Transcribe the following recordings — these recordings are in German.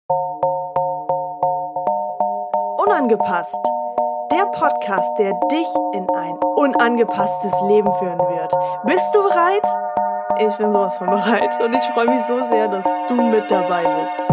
Unangepasst. Der Podcast, der dich in ein unangepasstes Leben führen wird. Bist du bereit? Ich bin sowas von bereit und ich freue mich so sehr, dass du mit dabei bist.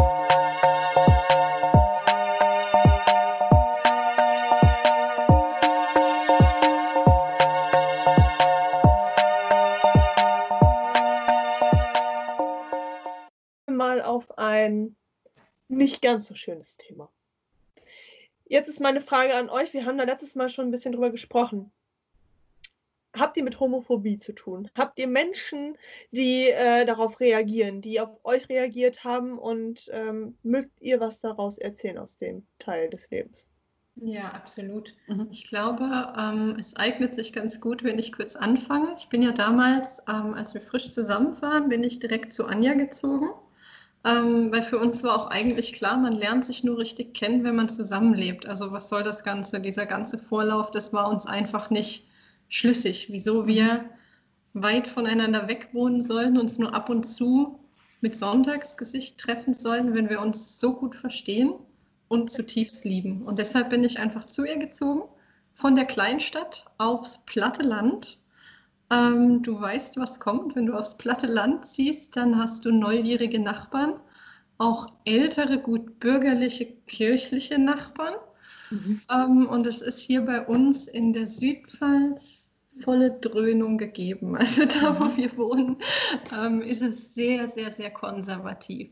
Mal auf ein nicht ganz so schönes Thema. Jetzt ist meine Frage an euch, wir haben da letztes Mal schon ein bisschen drüber gesprochen. Habt ihr mit Homophobie zu tun? Habt ihr Menschen, die darauf reagieren, die auf euch reagiert haben und mögt ihr was daraus erzählen aus dem Teil des Lebens? Ja, absolut. Ich glaube, es eignet sich ganz gut, wenn ich kurz anfange. Ich bin ja damals, als wir frisch zusammen waren, bin ich direkt zu Anja gezogen. Weil für uns war auch eigentlich klar, man lernt sich nur richtig kennen, wenn man zusammenlebt. Also was soll das Ganze, dieser ganze Vorlauf, das war uns einfach nicht schlüssig. Wieso wir weit voneinander weg wohnen sollen, uns nur ab und zu mit Sonntagsgesicht treffen sollen, wenn wir uns so gut verstehen und zutiefst lieben. Und deshalb bin ich einfach zu ihr gezogen, von der Kleinstadt aufs platte Land. Du weißt, was kommt. Wenn du aufs platte Land ziehst, dann hast du neugierige Nachbarn, auch ältere, gut bürgerliche, kirchliche Nachbarn. Und es ist hier bei uns in der Südpfalz volle Dröhnung gegeben. Also da, wo wir wohnen, ist es sehr, sehr, sehr konservativ.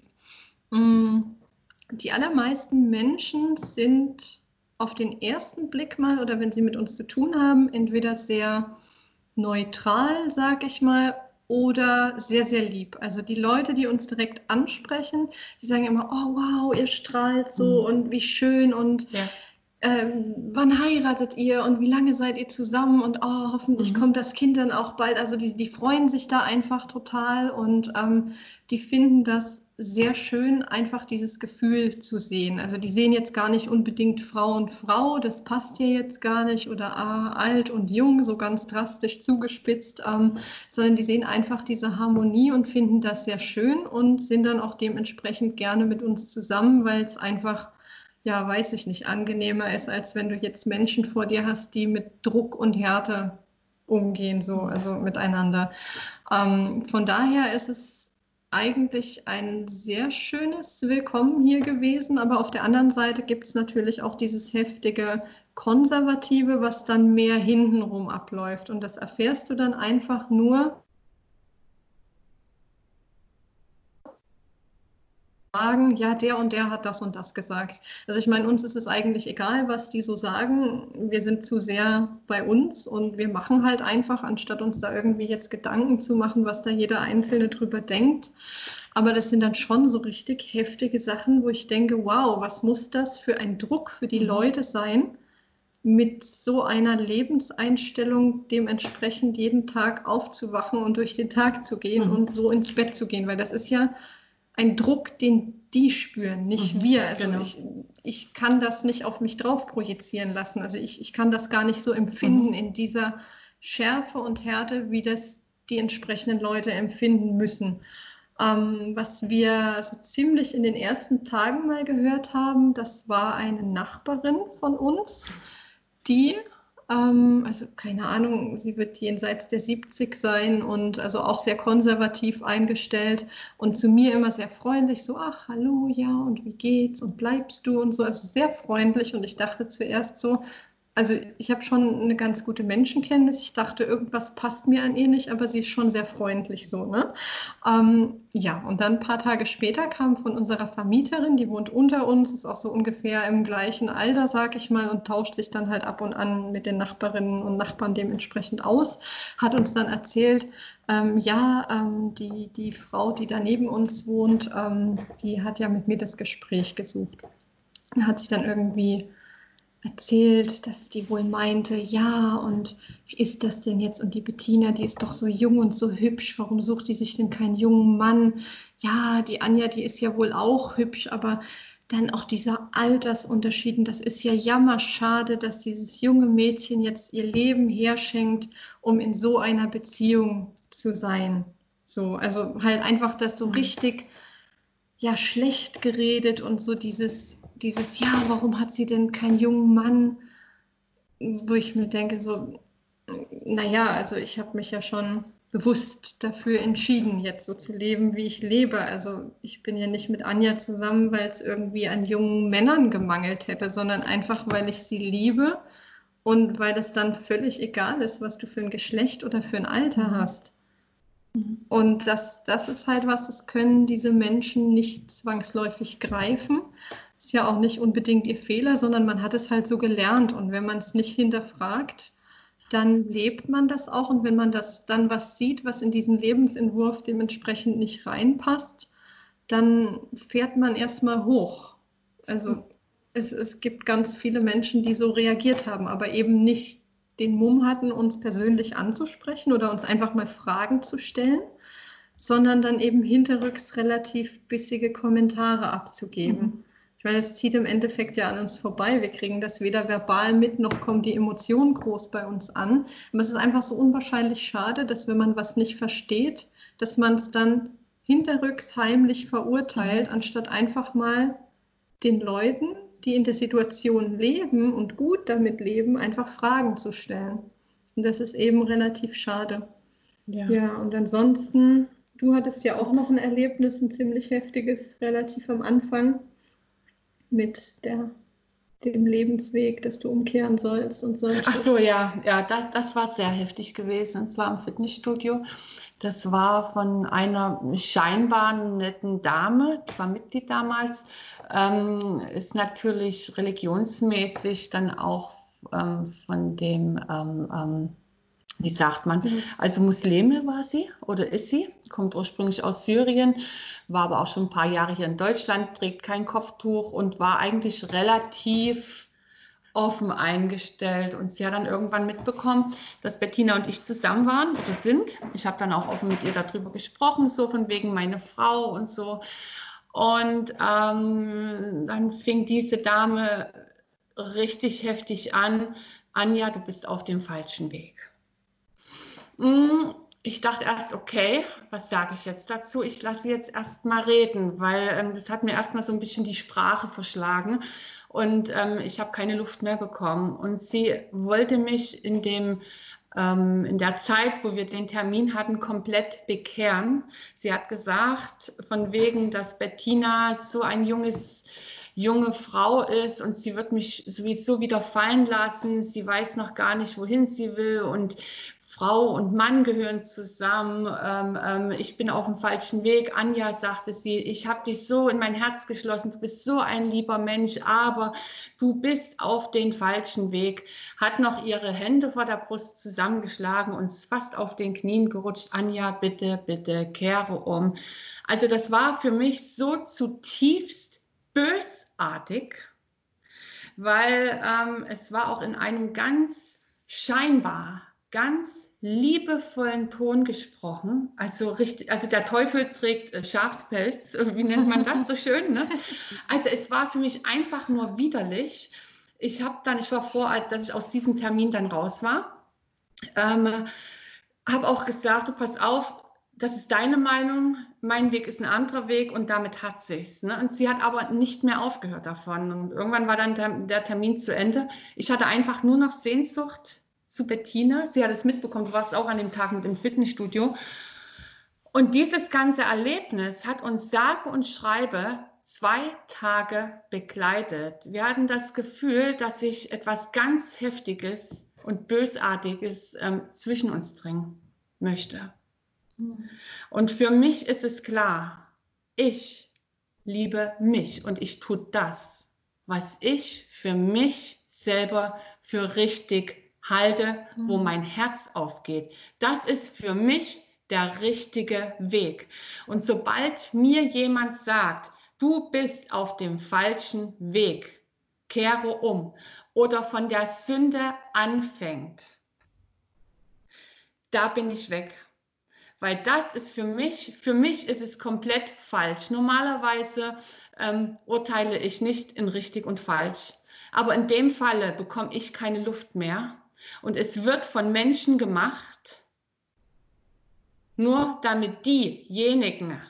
Die allermeisten Menschen sind auf den ersten Blick mal, oder wenn sie mit uns zu tun haben, entweder sehr neutral, sag ich mal, oder sehr, sehr lieb. Also die Leute, die uns direkt ansprechen, die sagen immer, oh wow, ihr strahlt so und wie schön und wann heiratet ihr und wie lange seid ihr zusammen und oh, hoffentlich kommt das Kind dann auch bald. Also die freuen sich da einfach total und die finden das sehr schön, einfach dieses Gefühl zu sehen. Also die sehen jetzt gar nicht unbedingt Frau und Frau, das passt hier jetzt gar nicht, oder alt und jung, so ganz drastisch zugespitzt, sondern die sehen einfach diese Harmonie und finden das sehr schön und sind dann auch dementsprechend gerne mit uns zusammen, weil es einfach, ja, weiß ich nicht, angenehmer ist, als wenn du jetzt Menschen vor dir hast, die mit Druck und Härte umgehen, so, also miteinander. Von daher ist es eigentlich ein sehr schönes Willkommen hier gewesen, aber auf der anderen Seite gibt es natürlich auch dieses heftige Konservative, was dann mehr hintenrum abläuft. Und das erfährst du dann einfach nur, sagen, ja, der und der hat das und das gesagt. Also ich meine, uns ist es eigentlich egal, was die so sagen. Wir sind zu sehr bei uns und wir machen halt einfach, anstatt uns da irgendwie jetzt Gedanken zu machen, was da jeder Einzelne drüber denkt. Aber das sind dann schon so richtig heftige Sachen, wo ich denke, wow, was muss das für ein Druck für die Leute sein, mit so einer Lebenseinstellung dementsprechend jeden Tag aufzuwachen und durch den Tag zu gehen und so ins Bett zu gehen, weil das ist ja ein Druck, den die spüren, nicht wir. Also genau. Ich kann das nicht auf mich drauf projizieren lassen. Also ich kann das gar nicht so empfinden in dieser Schärfe und Härte, wie das die entsprechenden Leute empfinden müssen. Was wir so ziemlich in den ersten Tagen mal gehört haben, das war eine Nachbarin von uns, die, also keine Ahnung, sie wird jenseits der 70 sein und also auch sehr konservativ eingestellt und zu mir immer sehr freundlich, so, ach, hallo, ja, und wie geht's und bleibst du und so, also sehr freundlich und ich dachte zuerst so, also ich habe schon eine ganz gute Menschenkenntnis. Ich dachte, irgendwas passt mir an ihr nicht, aber sie ist schon sehr freundlich so, ne? Ja, und dann ein paar Tage später kam von unserer Vermieterin, die wohnt unter uns, ist auch so ungefähr im gleichen Alter, sag ich mal, und tauscht sich dann halt ab und an mit den Nachbarinnen und Nachbarn dementsprechend aus, hat uns dann erzählt, die Frau, die da neben uns wohnt, die hat ja mit mir das Gespräch gesucht. Da hat sich dann irgendwie erzählt, dass die wohl meinte, ja, und wie ist das denn jetzt? Und die Bettina, die ist doch so jung und so hübsch, warum sucht die sich denn keinen jungen Mann? Ja, die Anja, die ist ja wohl auch hübsch, aber dann auch dieser Altersunterschied, das ist ja jammerschade, dass dieses junge Mädchen jetzt ihr Leben herschenkt, um in so einer Beziehung zu sein. So, also halt einfach das so richtig ja schlecht geredet und so ja, warum hat sie denn keinen jungen Mann? Wo ich mir denke, so, naja, also ich habe mich ja schon bewusst dafür entschieden, jetzt so zu leben, wie ich lebe. Also ich bin ja nicht mit Anja zusammen, weil es irgendwie an jungen Männern gemangelt hätte, sondern einfach, weil ich sie liebe und weil es dann völlig egal ist, was du für ein Geschlecht oder für ein Alter hast. Und das ist halt was, das können diese Menschen nicht zwangsläufig greifen. Ist ja auch nicht unbedingt ihr Fehler, sondern man hat es halt so gelernt. Und wenn man es nicht hinterfragt, dann lebt man das auch. Und wenn man das dann was sieht, was in diesen Lebensentwurf dementsprechend nicht reinpasst, dann fährt man erstmal hoch. Also es gibt ganz viele Menschen, die so reagiert haben, aber eben nicht den Mumm hatten, uns persönlich anzusprechen oder uns einfach mal Fragen zu stellen, sondern dann eben hinterrücks relativ bissige Kommentare abzugeben. Ich meine, es zieht im Endeffekt ja an uns vorbei. Wir kriegen das weder verbal mit, noch kommt die Emotion groß bei uns an. Aber es ist einfach so unwahrscheinlich schade, dass wenn man was nicht versteht, dass man es dann hinterrücks heimlich verurteilt, anstatt einfach mal den Leuten, die in der Situation leben und gut damit leben, einfach Fragen zu stellen. Und das ist eben relativ schade. Ja, und ansonsten, du hattest ja auch noch ein Erlebnis, ein ziemlich heftiges, relativ am Anfang mit dem Lebensweg, dass du umkehren sollst und solltest. Ach so, ja, das war sehr heftig gewesen, und zwar im Fitnessstudio. Das war von einer scheinbar netten Dame, die war Mitglied damals, ist natürlich religionsmäßig dann auch von dem, wie sagt man, also Muslime war sie oder ist sie, kommt ursprünglich aus Syrien, war aber auch schon ein paar Jahre hier in Deutschland, trägt kein Kopftuch und war eigentlich relativ offen eingestellt. Und sie hat dann irgendwann mitbekommen, dass Bettina und ich zusammen waren oder sind. Ich habe dann auch offen mit ihr darüber gesprochen, so von wegen meine Frau und so. Und dann fing diese Dame richtig heftig an: Anja, du bist auf dem falschen Weg. Ich dachte erst, okay, was sage ich jetzt dazu? Ich lasse sie jetzt erst mal reden, weil das hat mir erstmal so ein bisschen die Sprache verschlagen und ich habe keine Luft mehr bekommen. Und sie wollte mich in der Zeit, wo wir den Termin hatten, komplett bekehren. Sie hat gesagt, von wegen, dass Bettina so ein junge Frau ist und sie wird mich sowieso wieder fallen lassen. Sie weiß noch gar nicht, wohin sie will und Frau und Mann gehören zusammen. Ich bin auf dem falschen Weg. Anja, sagte sie, ich habe dich so in mein Herz geschlossen. Du bist so ein lieber Mensch, aber du bist auf den falschen Weg. Hat noch ihre Hände vor der Brust zusammengeschlagen und ist fast auf den Knien gerutscht. Anja, bitte, bitte, kehre um. Also das war für mich so zutiefst bösartig, weil es war auch in einem scheinbar ganz liebevollen Ton gesprochen, also richtig, also der Teufel trägt Schafspelz, wie nennt man das so schön, ne? Also es war für mich einfach nur widerlich. Ich war froh, dass ich aus diesem Termin dann raus war, habe auch gesagt, du pass auf, das ist deine Meinung, mein Weg ist ein anderer Weg und damit hat sich's. Ne? Und sie hat aber nicht mehr aufgehört davon. Und irgendwann war dann der Termin zu Ende. Ich hatte einfach nur noch Sehnsucht zu Bettina. Sie hat es mitbekommen, du warst auch an dem Tag mit im Fitnessstudio. Und dieses ganze Erlebnis hat uns sage und schreibe 2 Tage begleitet. Wir hatten das Gefühl, dass sich etwas ganz Heftiges und Bösartiges zwischen uns drängen möchte. Und für mich ist es klar, ich liebe mich und ich tue das, was ich für mich selber für richtig halte, wo mein Herz aufgeht. Das ist für mich der richtige Weg. Und sobald mir jemand sagt, du bist auf dem falschen Weg, kehre um oder von der Sünde anfängt, da bin ich weg. Weil das ist für mich ist es komplett falsch. Normalerweise urteile ich nicht in richtig und falsch. Aber in dem Falle bekomme ich keine Luft mehr. Und es wird von Menschen gemacht, nur damit diejenigen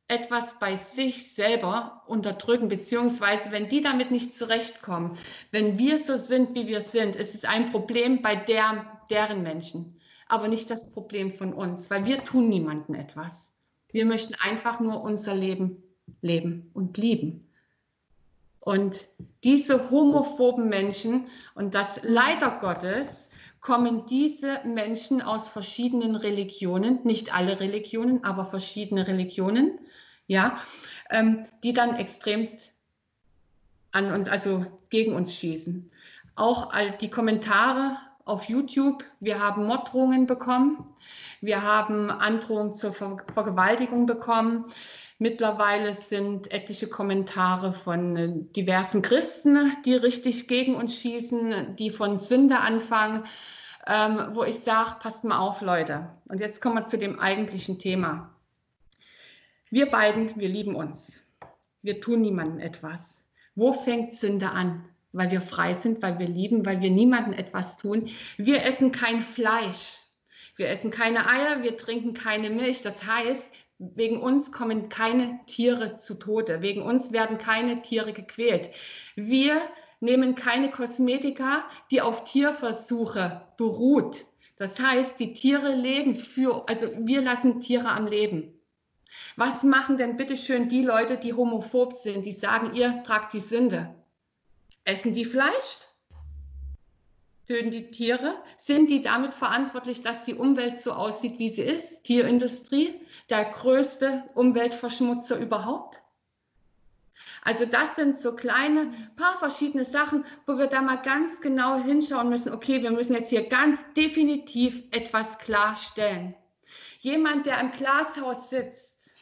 etwas bei sich selber unterdrücken, beziehungsweise wenn die damit nicht zurechtkommen, wenn wir so sind, wie wir sind, ist es ein Problem bei deren Menschen, aber nicht das Problem von uns, weil wir tun niemandem etwas. Wir möchten einfach nur unser Leben leben und lieben. Und diese homophoben Menschen, und das leider Gottes, kommen diese Menschen aus verschiedenen Religionen, nicht alle Religionen, aber verschiedene Religionen, ja, die dann extremst an uns, also gegen uns schießen. Auch die Kommentare auf YouTube, wir haben Morddrohungen bekommen, wir haben Androhungen zur Vergewaltigung bekommen. Mittlerweile sind etliche Kommentare von diversen Christen, die richtig gegen uns schießen, die von Sünde anfangen, wo ich sage, passt mal auf, Leute. Und jetzt kommen wir zu dem eigentlichen Thema. Wir beiden, wir lieben uns. Wir tun niemandem etwas. Wo fängt Sünde an? Weil wir frei sind, weil wir lieben, weil wir niemandem etwas tun. Wir essen kein Fleisch. Wir essen keine Eier, wir trinken keine Milch. Das heißt, wegen uns kommen keine Tiere zu Tode. Wegen uns werden keine Tiere gequält. Wir nehmen keine Kosmetika, die auf Tierversuche beruht. Das heißt, die Tiere leben also wir lassen Tiere am Leben. Was machen denn bitte schön die Leute, die homophob sind, die sagen, ihr tragt die Sünde? Essen die Fleisch? Töten die Tiere? Sind die damit verantwortlich, dass die Umwelt so aussieht, wie sie ist? Tierindustrie, der größte Umweltverschmutzer überhaupt? Also das sind so paar verschiedene Sachen, wo wir da mal ganz genau hinschauen müssen. Okay, wir müssen jetzt hier ganz definitiv etwas klarstellen. Jemand, der im Glashaus sitzt,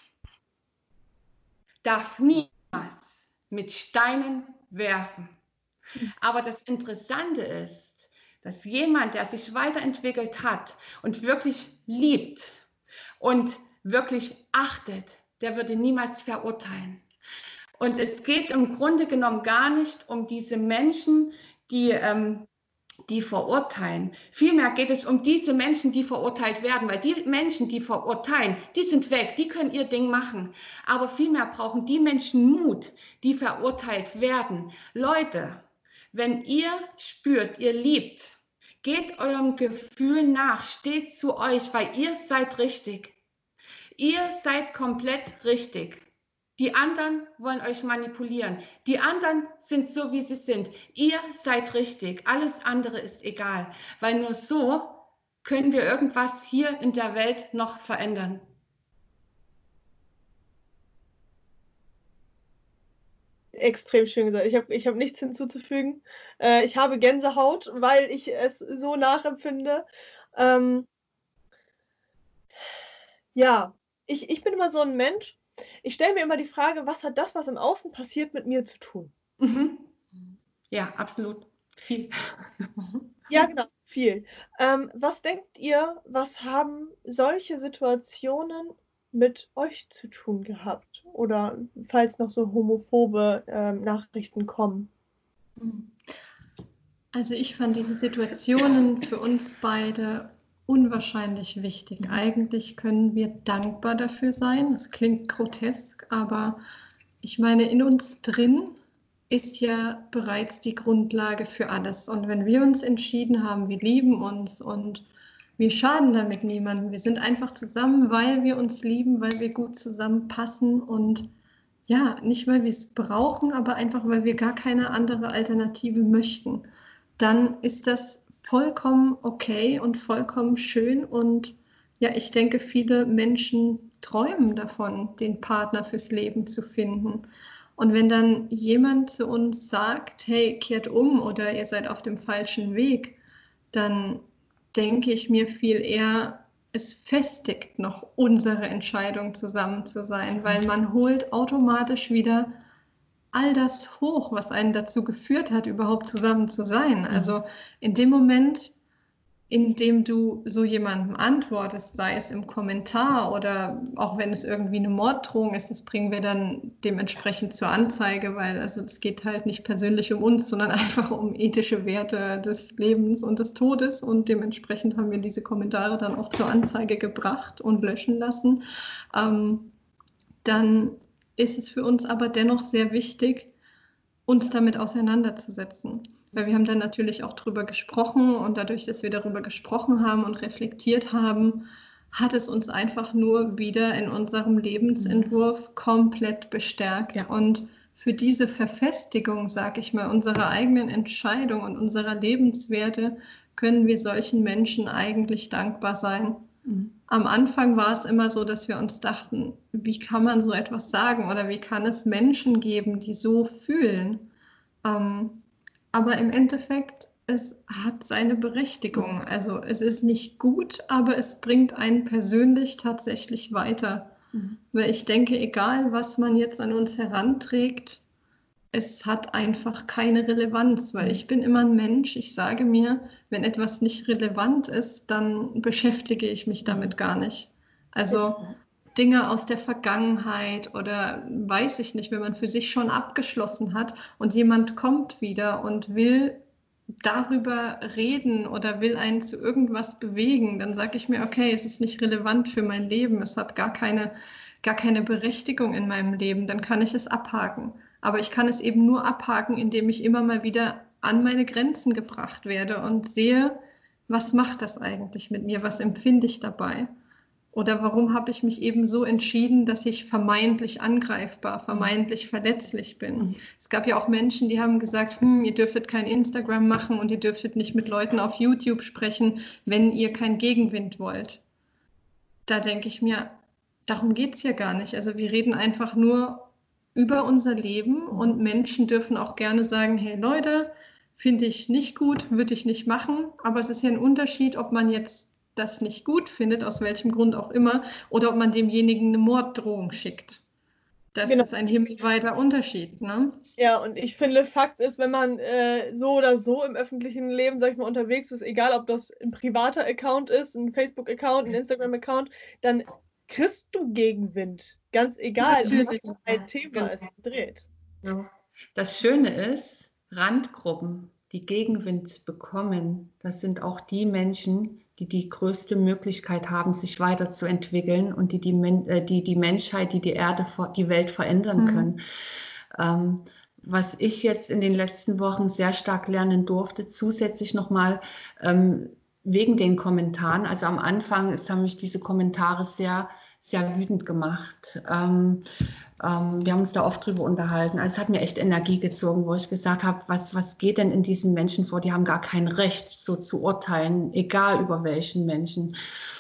darf niemals mit Steinen werfen. Aber das Interessante ist, dass jemand, der sich weiterentwickelt hat und wirklich liebt und wirklich achtet, der würde niemals verurteilen. Und es geht im Grunde genommen gar nicht um diese Menschen, die verurteilen. Vielmehr geht es um diese Menschen, die verurteilt werden, weil die Menschen, die verurteilen, die sind weg, die können ihr Ding machen. Aber vielmehr brauchen die Menschen Mut, die verurteilt werden. Leute, wenn ihr spürt, ihr liebt, geht eurem Gefühl nach, steht zu euch, weil ihr seid richtig. Ihr seid komplett richtig. Die anderen wollen euch manipulieren. Die anderen sind so, wie sie sind. Ihr seid richtig. Alles andere ist egal. Weil nur so können wir irgendwas hier in der Welt noch verändern. Extrem schön gesagt. Ich hab nichts hinzuzufügen. Ich habe Gänsehaut, weil ich es so nachempfinde. Ja, ich bin immer so ein Mensch. Ich stelle mir immer die Frage, was hat das, was im Außen passiert, mit mir zu tun? Mhm. Ja, absolut. Viel. Ja, genau, viel. Was denkt ihr, was haben solche Situationen mit euch zu tun gehabt? Oder falls noch so homophobe Nachrichten kommen? Also ich fand diese Situationen für uns beide unwahrscheinlich wichtig. Eigentlich können wir dankbar dafür sein. Das klingt grotesk, aber ich meine, in uns drin ist ja bereits die Grundlage für alles. Und wenn wir uns entschieden haben, wir lieben uns und wir schaden damit niemandem, wir sind einfach zusammen, weil wir uns lieben, weil wir gut zusammenpassen und ja, nicht weil wir es brauchen, aber einfach weil wir gar keine andere Alternative möchten, dann ist das vollkommen okay und vollkommen schön. Und ja, ich denke, viele Menschen träumen davon, den Partner fürs Leben zu finden. Und wenn dann jemand zu uns sagt, hey, kehrt um oder ihr seid auf dem falschen Weg, dann denke ich mir viel eher, es festigt noch unsere Entscheidung, zusammen zu sein, weil man holt automatisch wieder all das hoch, was einen dazu geführt hat, überhaupt zusammen zu sein. Also in dem Moment, in dem du so jemandem antwortest, sei es im Kommentar oder auch wenn es irgendwie eine Morddrohung ist, das bringen wir dann dementsprechend zur Anzeige, weil also es geht halt nicht persönlich um uns, sondern einfach um ethische Werte des Lebens und des Todes und dementsprechend haben wir diese Kommentare dann auch zur Anzeige gebracht und löschen lassen. dann ist es für uns aber dennoch sehr wichtig, uns damit auseinanderzusetzen. Weil wir haben dann natürlich auch drüber gesprochen und dadurch, dass wir darüber gesprochen haben und reflektiert haben, hat es uns einfach nur wieder in unserem Lebensentwurf komplett bestärkt. Ja. Und für diese Verfestigung, sage ich mal, unserer eigenen Entscheidung und unserer Lebenswerte können wir solchen Menschen eigentlich dankbar sein. Am Anfang war es immer so, dass wir uns dachten, wie kann man so etwas sagen oder wie kann es Menschen geben, die so fühlen? Aber im Endeffekt, es hat seine Berechtigung. Also es ist nicht gut, aber es bringt einen persönlich tatsächlich weiter. Weil ich denke, egal was man jetzt an uns heranträgt, es hat einfach keine Relevanz, weil ich bin immer ein Mensch. Ich sage mir, wenn etwas nicht relevant ist, dann beschäftige ich mich damit gar nicht. Also Dinge aus der Vergangenheit oder weiß ich nicht, wenn man für sich schon abgeschlossen hat und jemand kommt wieder und will darüber reden oder will einen zu irgendwas bewegen, dann sage ich mir, okay, es ist nicht relevant für mein Leben, es hat gar keine Berechtigung in meinem Leben, dann kann ich es abhaken. Aber ich kann es eben nur abhaken, indem ich immer mal wieder an meine Grenzen gebracht werde und sehe, was macht das eigentlich mit mir, was empfinde ich dabei? Oder warum habe ich mich eben so entschieden, dass ich vermeintlich angreifbar, vermeintlich verletzlich bin? Es gab ja auch Menschen, die haben gesagt, ihr dürftet kein Instagram machen und ihr dürftet nicht mit Leuten auf YouTube sprechen, wenn ihr keinen Gegenwind wollt. Da denke ich mir, darum geht es hier gar nicht. Also wir reden einfach nur über unser Leben und Menschen dürfen auch gerne sagen, hey Leute, finde ich nicht gut, würde ich nicht machen. Aber es ist ja ein Unterschied, ob man jetzt das nicht gut findet, aus welchem Grund auch immer, oder ob man demjenigen eine Morddrohung schickt. Das ist ein himmelweiter Unterschied, ne? Ja, und ich finde, Fakt ist, wenn man so oder so im öffentlichen Leben, sag ich mal, unterwegs ist, egal ob das ein privater Account ist, ein Facebook-Account, ein Instagram-Account, dann kriegst du Gegenwind. Ganz egal, was ein Thema es dreht. Ja. Das Schöne ist, Randgruppen, die Gegenwind bekommen, das sind auch die Menschen, die die größte Möglichkeit haben, sich weiterzuentwickeln und die Menschheit, die Erde, die Welt verändern können. Was ich jetzt in den letzten Wochen sehr stark lernen durfte, zusätzlich nochmal wegen den Kommentaren. Also am Anfang haben mich diese Kommentare sehr, sehr wütend gemacht. Wir haben uns da oft drüber unterhalten. Also es hat mir echt Energie gezogen, wo ich gesagt habe, was geht denn in diesen Menschen vor? Die haben gar kein Recht, so zu urteilen, egal über welchen Menschen.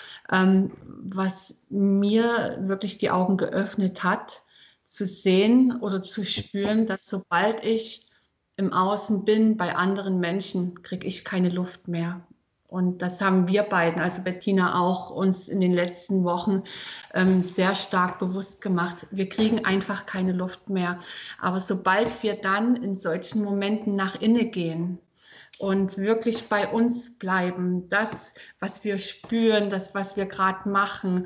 Was mir wirklich die Augen geöffnet hat, zu sehen oder zu spüren, dass sobald ich im Außen bin, bei anderen Menschen, kriege ich keine Luft mehr. Und das haben wir beiden, also Bettina auch, uns in den letzten Wochen sehr stark bewusst gemacht. Wir kriegen einfach keine Luft mehr. Aber sobald wir dann in solchen Momenten nach innen gehen und wirklich bei uns bleiben, das, was wir spüren, das, was wir gerade machen,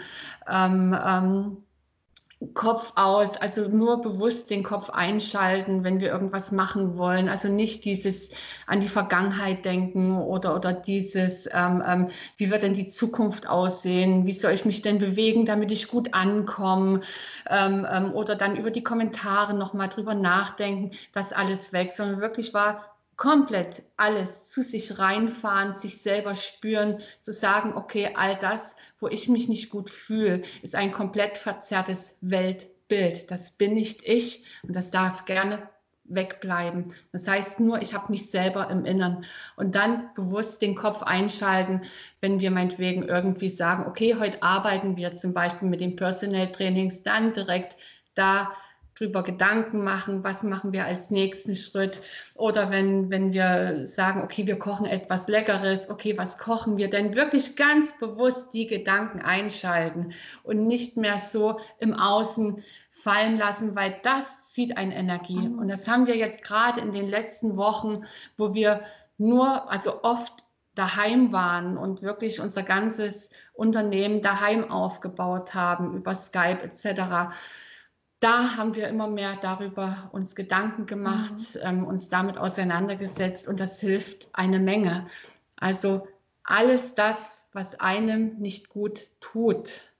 Kopf aus, also nur bewusst den Kopf einschalten, wenn wir irgendwas machen wollen. Also nicht dieses an die Vergangenheit denken oder dieses, wie wird denn die Zukunft aussehen? Wie soll ich mich denn bewegen, damit ich gut ankomme? Oder dann über die Kommentare nochmal drüber nachdenken, das alles weg, sondern wirklich war komplett alles zu sich reinfahren, sich selber spüren, zu sagen, okay, all das, wo ich mich nicht gut fühle, ist ein komplett verzerrtes Weltbild. Das bin nicht ich und das darf gerne wegbleiben. Das heißt nur, ich habe mich selber im Innern und dann bewusst den Kopf einschalten, wenn wir meinetwegen irgendwie sagen, okay, heute arbeiten wir zum Beispiel mit den Personal Trainings, dann direkt da drüber Gedanken machen, was machen wir als nächsten Schritt, oder wenn wir sagen, okay, wir kochen etwas Leckeres, okay, was kochen wir denn, wirklich ganz bewusst die Gedanken einschalten und nicht mehr so im Außen fallen lassen, weil das zieht eine Energie. Und das haben wir jetzt gerade in den letzten Wochen, wo wir also oft daheim waren und wirklich unser ganzes Unternehmen daheim aufgebaut haben, über Skype etc., da haben wir immer mehr darüber uns Gedanken gemacht, uns damit auseinandergesetzt und das hilft eine Menge. Also alles das, was einem nicht gut tut,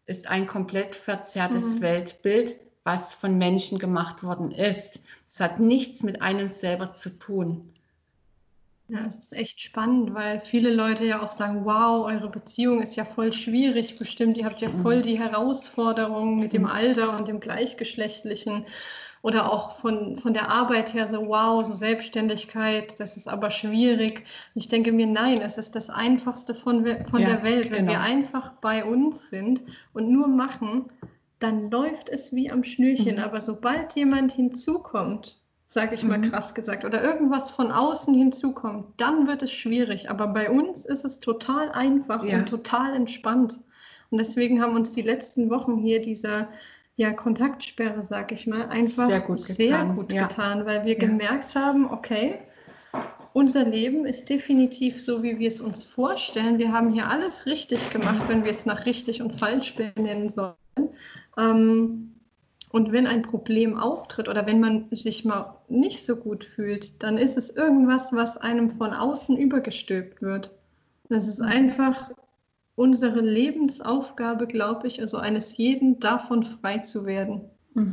ist ein komplett verzerrtes Weltbild, was von Menschen gemacht worden ist. Es hat nichts mit einem selber zu tun. Ja, es ist echt spannend, weil viele Leute ja auch sagen, wow, eure Beziehung ist ja voll schwierig, bestimmt, ihr habt ja voll die Herausforderungen mit dem Alter und dem Gleichgeschlechtlichen oder auch von der Arbeit her so, wow, so Selbstständigkeit, das ist aber schwierig. Ich denke mir, nein, es ist das Einfachste von der Welt. Wenn wir einfach bei uns sind und nur machen, dann läuft es wie am Schnürchen. Aber sobald jemand hinzukommt, sage ich mal krass gesagt, oder irgendwas von außen hinzukommt, dann wird es schwierig. Aber bei uns ist es total einfach und total entspannt. Und deswegen haben uns die letzten Wochen hier dieser Kontaktsperre, sage ich mal, einfach sehr gut getan, weil wir gemerkt haben, okay, unser Leben ist definitiv so, wie wir es uns vorstellen. Wir haben hier alles richtig gemacht, wenn wir es nach richtig und falsch benennen sollen. Und wenn ein Problem auftritt oder wenn man sich mal nicht so gut fühlt, dann ist es irgendwas, was einem von außen übergestülpt wird. Das ist einfach unsere Lebensaufgabe, glaube ich, also eines jeden, davon frei zu werden.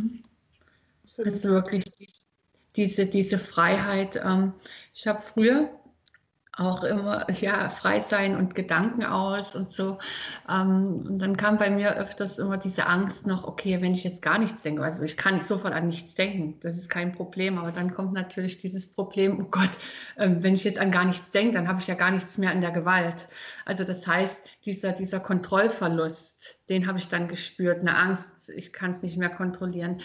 Also wirklich diese Freiheit. Ich habe früher auch immer, frei sein und Gedanken aus und so. Und dann kam bei mir öfters immer diese Angst noch, okay, wenn ich jetzt gar nichts denke, also ich kann sofort an nichts denken, das ist kein Problem, aber dann kommt natürlich dieses Problem, oh Gott, wenn ich jetzt an gar nichts denke, dann habe ich ja gar nichts mehr in der Gewalt. Also das heißt, dieser Kontrollverlust, den habe ich dann gespürt, eine Angst, ich kann es nicht mehr kontrollieren.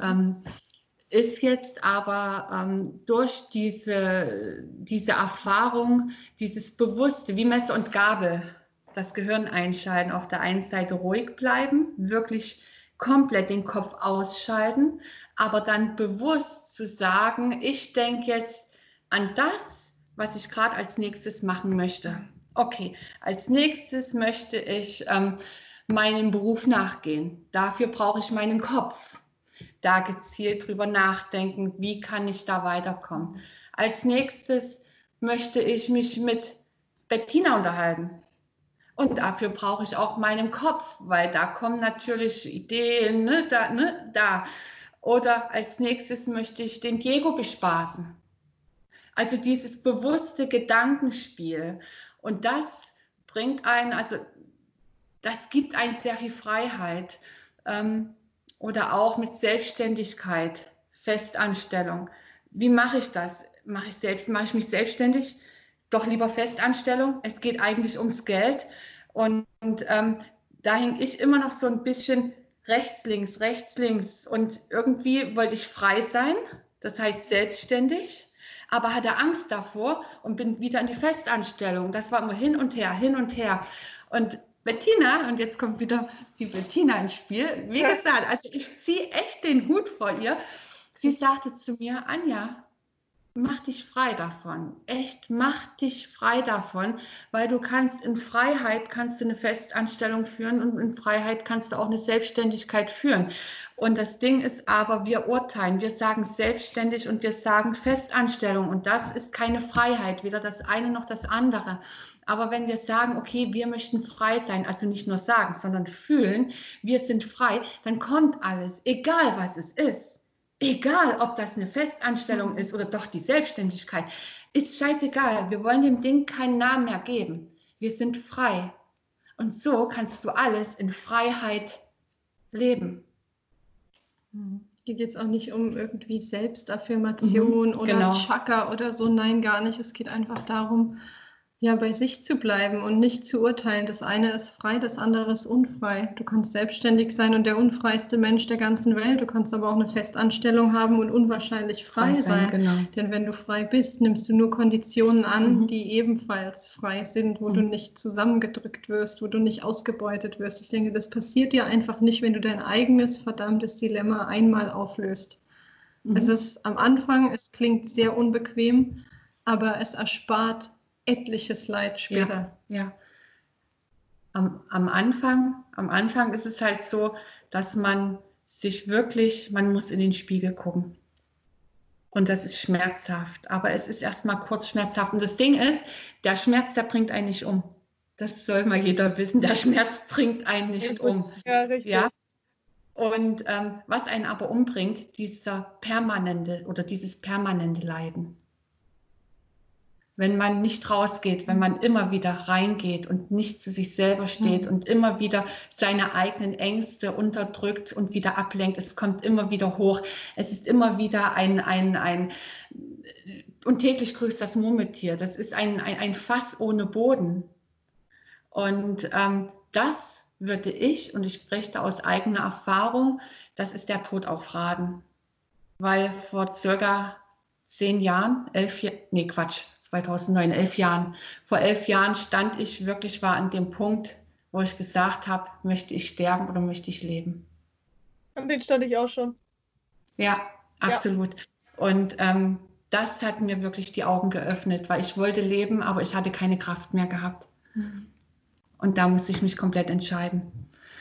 Ist jetzt aber durch diese Erfahrung, dieses Bewusste, wie Messer und Gabel, das Gehirn einschalten, auf der einen Seite ruhig bleiben, wirklich komplett den Kopf ausschalten, aber dann bewusst zu sagen, ich denke jetzt an das, was ich gerade als nächstes machen möchte. Okay, als nächstes möchte ich meinem Beruf nachgehen. Dafür brauche ich meinen Kopf. Da gezielt drüber nachdenken, wie kann ich da weiterkommen. Als nächstes möchte ich mich mit Bettina unterhalten. Und dafür brauche ich auch meinen Kopf, weil da kommen natürlich Ideen, da. Oder als nächstes möchte ich den Diego bespaßen. Also dieses bewusste Gedankenspiel. Und das bringt einen, also das gibt einen sehr viel Freiheit. Oder auch mit Selbstständigkeit, Festanstellung. Wie mache ich das? Mache ich mich selbstständig? Doch lieber Festanstellung. Es geht eigentlich ums Geld. Und da hing ich immer noch so ein bisschen rechts, links. Und irgendwie wollte ich frei sein, das heißt selbstständig, aber hatte Angst davor und bin wieder in die Festanstellung. Das war immer hin und her. Und Bettina, und jetzt kommt wieder die Bettina ins Spiel, wie gesagt, also ich ziehe echt den Hut vor ihr. Sie sagte zu mir, Anja, mach dich frei davon, echt, mach dich frei davon, weil du kannst in Freiheit, kannst du eine Festanstellung führen und in Freiheit kannst du auch eine Selbstständigkeit führen. Und das Ding ist aber, wir urteilen, wir sagen selbstständig und wir sagen Festanstellung und das ist keine Freiheit, weder das eine noch das andere. Aber wenn wir sagen, okay, wir möchten frei sein, also nicht nur sagen, sondern fühlen, wir sind frei, dann kommt alles, egal was es ist. Egal, ob das eine Festanstellung ist oder doch die Selbstständigkeit, ist scheißegal. Wir wollen dem Ding keinen Namen mehr geben. Wir sind frei. Und so kannst du alles in Freiheit leben. Hier geht es auch nicht um irgendwie Selbstaffirmation oder Chakra oder so. Nein, gar nicht. Es geht einfach darum, bei sich zu bleiben und nicht zu urteilen. Das eine ist frei, das andere ist unfrei. Du kannst selbstständig sein und der unfreiste Mensch der ganzen Welt. Du kannst aber auch eine Festanstellung haben und unwahrscheinlich frei sein. Genau. Denn wenn du frei bist, nimmst du nur Konditionen an, die ebenfalls frei sind, wo du nicht zusammengedrückt wirst, wo du nicht ausgebeutet wirst. Ich denke, das passiert dir einfach nicht, wenn du dein eigenes verdammtes Dilemma einmal auflöst. Es ist am Anfang, es klingt sehr unbequem, aber es erspart etliches Leid später. Ja. Am Anfang ist es halt so, dass man muss in den Spiegel gucken. Und das ist schmerzhaft. Aber es ist erstmal kurz schmerzhaft. Und das Ding ist, der Schmerz, der bringt einen nicht um. Das soll mal jeder wissen. Der Schmerz bringt einen nicht um. Ja, richtig. Ja? Und was einen aber umbringt, dieses permanente Leiden. Wenn man nicht rausgeht, wenn man immer wieder reingeht und nicht zu sich selber steht und immer wieder seine eigenen Ängste unterdrückt und wieder ablenkt, es kommt immer wieder hoch. Es ist immer wieder und täglich grüßt das Murmeltier. Das ist ein Fass ohne Boden. Und das würde ich, und ich spreche da aus eigener Erfahrung, das ist der Tod auf Raten. Weil vor circa 10 Jahren, 2009, 11 Jahren. Vor 11 Jahren war an dem Punkt, wo ich gesagt habe, möchte ich sterben oder möchte ich leben? An den stand ich auch schon. Ja, absolut. Ja. Und das hat mir wirklich die Augen geöffnet, weil ich wollte leben, aber ich hatte keine Kraft mehr gehabt. Und da musste ich mich komplett entscheiden.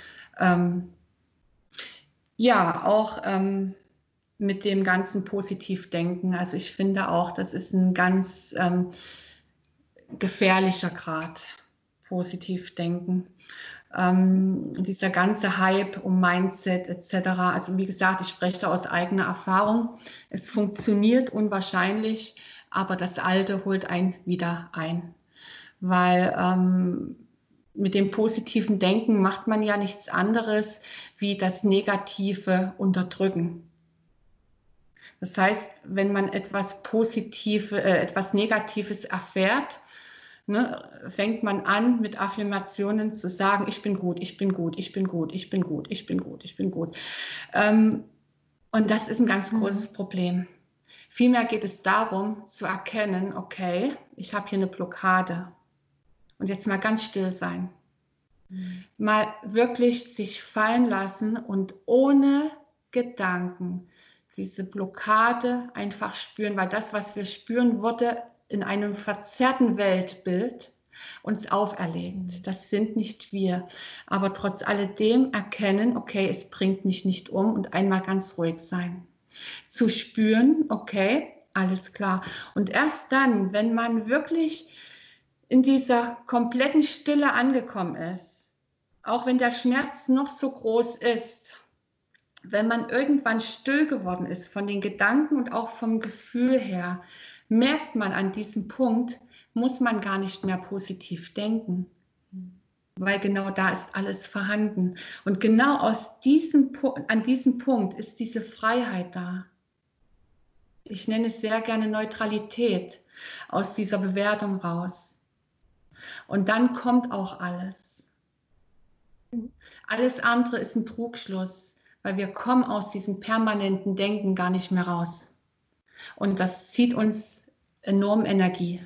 Auch mit dem ganzen Positivdenken. Also ich finde auch, das ist ein ganz gefährlicher Grad, Positivdenken. Dieser ganze Hype um Mindset etc. Also wie gesagt, ich spreche da aus eigener Erfahrung. Es funktioniert unwahrscheinlich, aber das Alte holt einen wieder ein. Weil mit dem positiven Denken macht man ja nichts anderes, wie das Negative unterdrücken. Das heißt, wenn man etwas Negatives erfährt, fängt man an, mit Affirmationen zu sagen, ich bin gut, ich bin gut, ich bin gut, ich bin gut, ich bin gut, ich bin gut. Und das ist ein ganz großes Problem. Vielmehr geht es darum, zu erkennen, okay, ich habe hier eine Blockade. Und jetzt mal ganz still sein. Mal wirklich sich fallen lassen und ohne Gedanken diese Blockade einfach spüren, weil das, was wir spüren, wurde in einem verzerrten Weltbild uns auferlegt. Das sind nicht wir. Aber trotz alledem erkennen, okay, es bringt mich nicht um und einmal ganz ruhig sein. Zu spüren, okay, alles klar. Und erst dann, wenn man wirklich in dieser kompletten Stille angekommen ist, auch wenn der Schmerz noch so groß ist, wenn man irgendwann still geworden ist von den Gedanken und auch vom Gefühl her, merkt man an diesem Punkt, muss man gar nicht mehr positiv denken, weil genau da ist alles vorhanden. Und genau an diesem Punkt ist diese Freiheit da. Ich nenne es sehr gerne Neutralität aus dieser Bewertung raus. Und dann kommt auch alles. Alles andere ist ein Trugschluss, weil wir kommen aus diesem permanenten Denken gar nicht mehr raus. Und das zieht uns enorm Energie.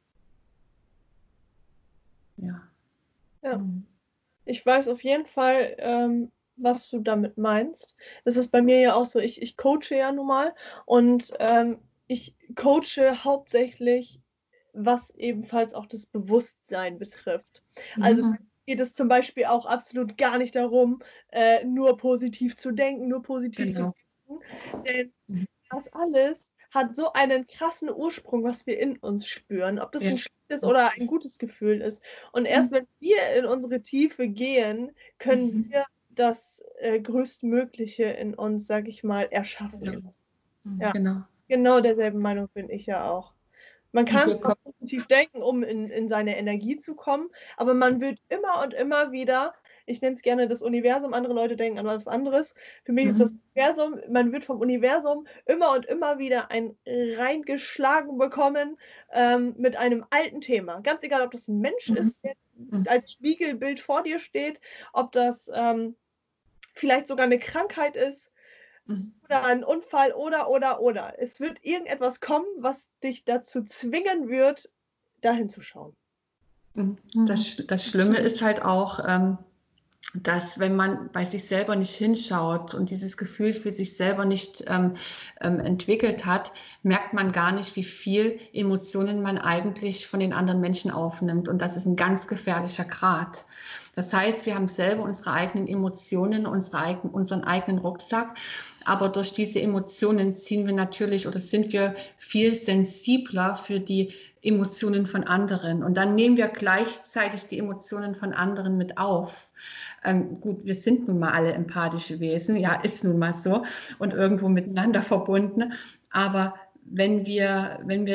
Ja. Ich weiß auf jeden Fall, was du damit meinst. Das ist bei mir ja auch so, ich coache ja nun mal und ich coache hauptsächlich, was ebenfalls auch das Bewusstsein betrifft. Also geht es zum Beispiel auch absolut gar nicht darum, nur positiv zu denken, nur positiv zu denken, denn das alles hat so einen krassen Ursprung, was wir in uns spüren, ob das ein schlechtes oder ein gutes Gefühl ist. Und erst wenn wir in unsere Tiefe gehen, können wir das Größtmögliche in uns, sag ich mal, erschaffen. Ja. Genau derselben Meinung bin ich ja auch. Man kann es auch positiv denken, um in seine Energie zu kommen, aber man wird immer und immer wieder, ich nenne es gerne das Universum, andere Leute denken an was anderes. Für mich ist das Universum, man wird vom Universum immer und immer wieder ein reingeschlagen bekommen mit einem alten Thema. Ganz egal, ob das ein Mensch ist, der als Spiegelbild vor dir steht, ob das vielleicht sogar eine Krankheit ist, oder ein Unfall oder. Es wird irgendetwas kommen, was dich dazu zwingen wird, dahin zu schauen. Das Schlimme ist halt auch, dass wenn man bei sich selber nicht hinschaut und dieses Gefühl für sich selber nicht entwickelt hat, merkt man gar nicht, wie viel Emotionen man eigentlich von den anderen Menschen aufnimmt. Und das ist ein ganz gefährlicher Grat. Das heißt, wir haben selber unsere eigenen Emotionen, unseren eigenen Rucksack. Aber durch diese Emotionen ziehen wir natürlich oder sind wir viel sensibler für die Emotionen von anderen. Und dann nehmen wir gleichzeitig die Emotionen von anderen mit auf. Gut, wir sind nun mal alle empathische Wesen, ja, ist nun mal so und irgendwo miteinander verbunden. Aber wenn wir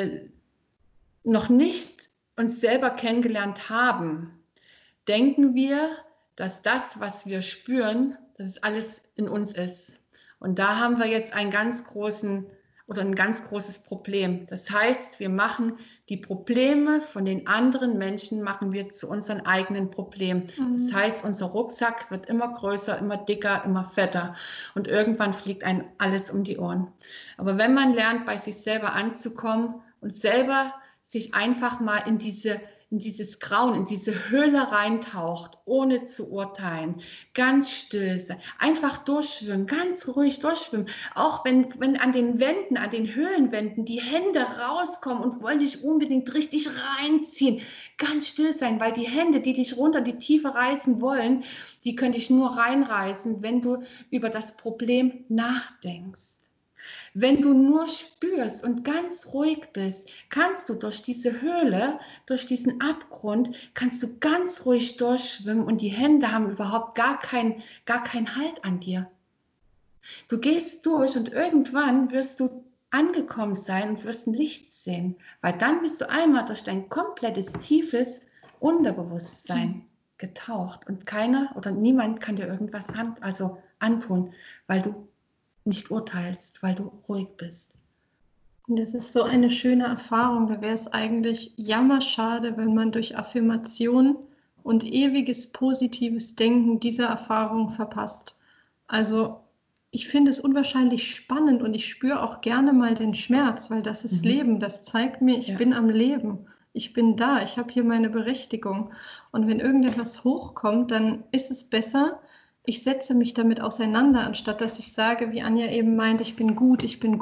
noch nicht uns selber kennengelernt haben, denken wir, dass das, was wir spüren, dass es alles in uns ist. Und da haben wir jetzt ein ganz großes Problem. Das heißt, wir machen die Probleme von den anderen Menschen, machen wir zu unseren eigenen Problemen. Das heißt, unser Rucksack wird immer größer, immer dicker, immer fetter. Und irgendwann fliegt einem alles um die Ohren. Aber wenn man lernt, bei sich selber anzukommen und selber sich einfach mal in dieses Grauen, in diese Höhle reintaucht, ohne zu urteilen, ganz still sein, einfach durchschwimmen, ganz ruhig durchschwimmen, auch wenn an den Wänden, an den Höhlenwänden die Hände rauskommen und wollen dich unbedingt richtig reinziehen, ganz still sein, weil die Hände, die dich runter die Tiefe reißen wollen, die können dich nur reinreißen, wenn du über das Problem nachdenkst. Wenn du nur spürst und ganz ruhig bist, kannst du durch diese Höhle, durch diesen Abgrund, kannst du ganz ruhig durchschwimmen und die Hände haben überhaupt gar keinen Halt an dir. Du gehst durch und irgendwann wirst du angekommen sein und wirst ein Licht sehen, weil dann bist du einmal durch dein komplettes, tiefes Unterbewusstsein getaucht und keiner oder niemand kann dir irgendwas antun, weil du nicht urteilst, weil du ruhig bist. Und das ist so eine schöne Erfahrung. Da wäre es eigentlich jammerschade, wenn man durch Affirmation und ewiges positives Denken diese Erfahrung verpasst. Also ich finde es unwahrscheinlich spannend und ich spüre auch gerne mal den Schmerz, weil das ist Leben. Das zeigt mir, ich bin am Leben. Ich bin da, ich habe hier meine Berechtigung. Und wenn irgendetwas hochkommt, dann ist es besser, ich setze mich damit auseinander, anstatt dass ich sage, wie Anja eben meint, ich bin gut.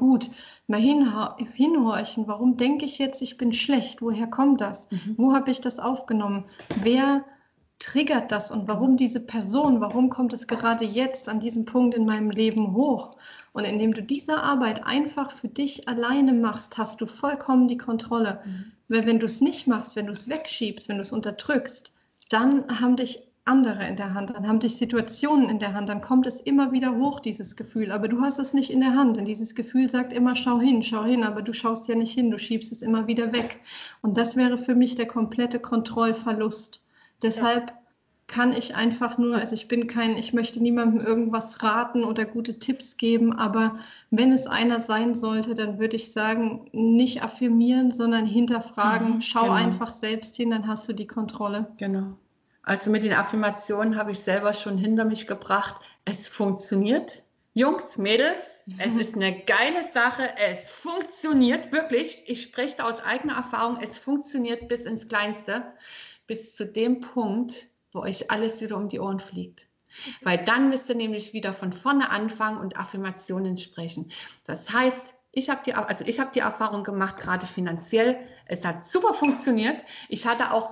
Mal hinhorchen, warum denke ich jetzt, ich bin schlecht? Woher kommt das? Wo habe ich das aufgenommen? Wer triggert das und warum diese Person? Warum kommt es gerade jetzt an diesem Punkt in meinem Leben hoch? Und indem du diese Arbeit einfach für dich alleine machst, hast du vollkommen die Kontrolle. Weil wenn du es nicht machst, wenn du es wegschiebst, wenn du es unterdrückst, dann haben dich andere in der Hand, dann haben dich Situationen in der Hand, dann kommt es immer wieder hoch, dieses Gefühl, aber du hast es nicht in der Hand, denn dieses Gefühl sagt immer, schau hin, aber du schaust ja nicht hin, du schiebst es immer wieder weg und das wäre für mich der komplette Kontrollverlust. Deshalb kann ich einfach nur, also ich möchte niemandem irgendwas raten oder gute Tipps geben, aber wenn es einer sein sollte, dann würde ich sagen, nicht affirmieren, sondern hinterfragen, schau einfach selbst hin, dann hast du die Kontrolle. Genau. Also mit den Affirmationen habe ich selber schon hinter mich gebracht. Es funktioniert. Jungs, Mädels, es ist eine geile Sache. Es funktioniert wirklich. Ich spreche da aus eigener Erfahrung. Es funktioniert bis ins Kleinste, bis zu dem Punkt, wo euch alles wieder um die Ohren fliegt. Weil dann müsst ihr nämlich wieder von vorne anfangen und Affirmationen sprechen. Das heißt, ich habe die Erfahrung gemacht, gerade finanziell. Es hat super funktioniert. Ich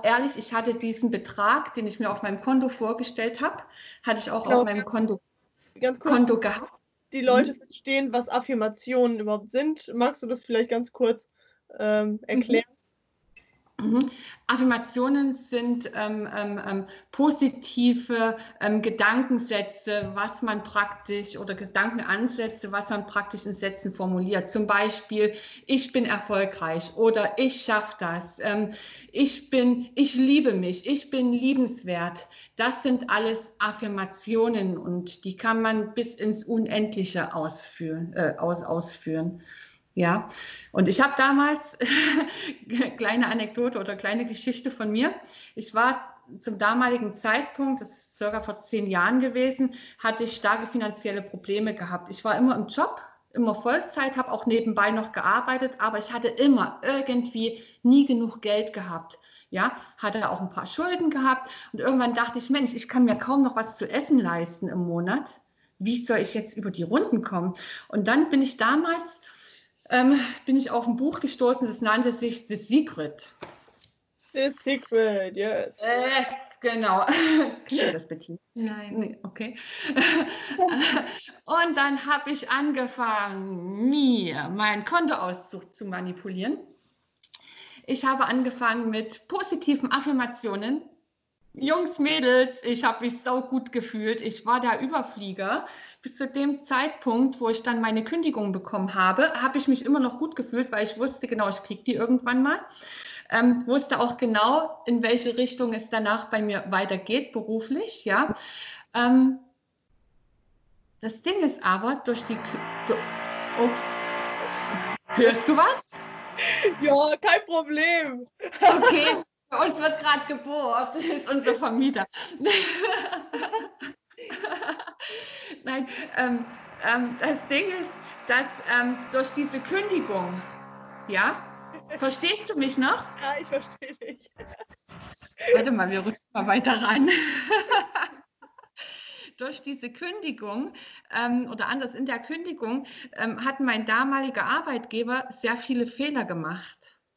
hatte diesen Betrag, den ich mir auf meinem Konto vorgestellt habe, hatte ich auch auf meinem Konto gehabt. Die Leute verstehen, was Affirmationen überhaupt sind. Magst du das vielleicht ganz kurz erklären? Affirmationen sind positive Gedankensätze, was man praktisch oder Gedankenansätze, was man praktisch in Sätzen formuliert. Zum Beispiel, ich bin erfolgreich oder ich schaffe das. Ich liebe mich, ich bin liebenswert. Das sind alles Affirmationen und die kann man bis ins Unendliche ausführen. Ja, und ich habe damals, kleine Anekdote oder kleine Geschichte von mir, ich war zum damaligen Zeitpunkt, das ist circa vor 10 Jahren gewesen, hatte ich starke finanzielle Probleme gehabt. Ich war immer im Job, immer Vollzeit, habe auch nebenbei noch gearbeitet, aber ich hatte immer irgendwie nie genug Geld gehabt. Ja, hatte auch ein paar Schulden gehabt und irgendwann dachte ich, Mensch, ich kann mir kaum noch was zu essen leisten im Monat. Wie soll ich jetzt über die Runden kommen? Und dann bin ich damals auf ein Buch gestoßen, das nannte sich The Secret. The Secret, yes. Genau. Kennst du das, Bettina? Nein. Nee, okay. Und dann habe ich angefangen, mir meinen Kontoauszug zu manipulieren. Ich habe angefangen mit positiven Affirmationen. Jungs, Mädels, ich habe mich so gut gefühlt. Ich war der Überflieger. Bis zu dem Zeitpunkt, wo ich dann meine Kündigung bekommen habe, habe ich mich immer noch gut gefühlt, weil ich wusste genau, ich kriege die irgendwann mal. Wusste auch genau, in welche Richtung es danach bei mir weitergeht, beruflich. Ja. Das Ding ist aber, Ups. Hörst du was? Ja, kein Problem. Okay, bei uns wird gerade gebohrt, das ist unser Vermieter. Nein, das Ding ist, dass durch diese Kündigung, ja, verstehst du mich noch? Ja, ich verstehe dich. Warte mal, wir rücken mal weiter ran. Durch diese Kündigung oder anders in der Kündigung hat mein damaliger Arbeitgeber sehr viele Fehler gemacht.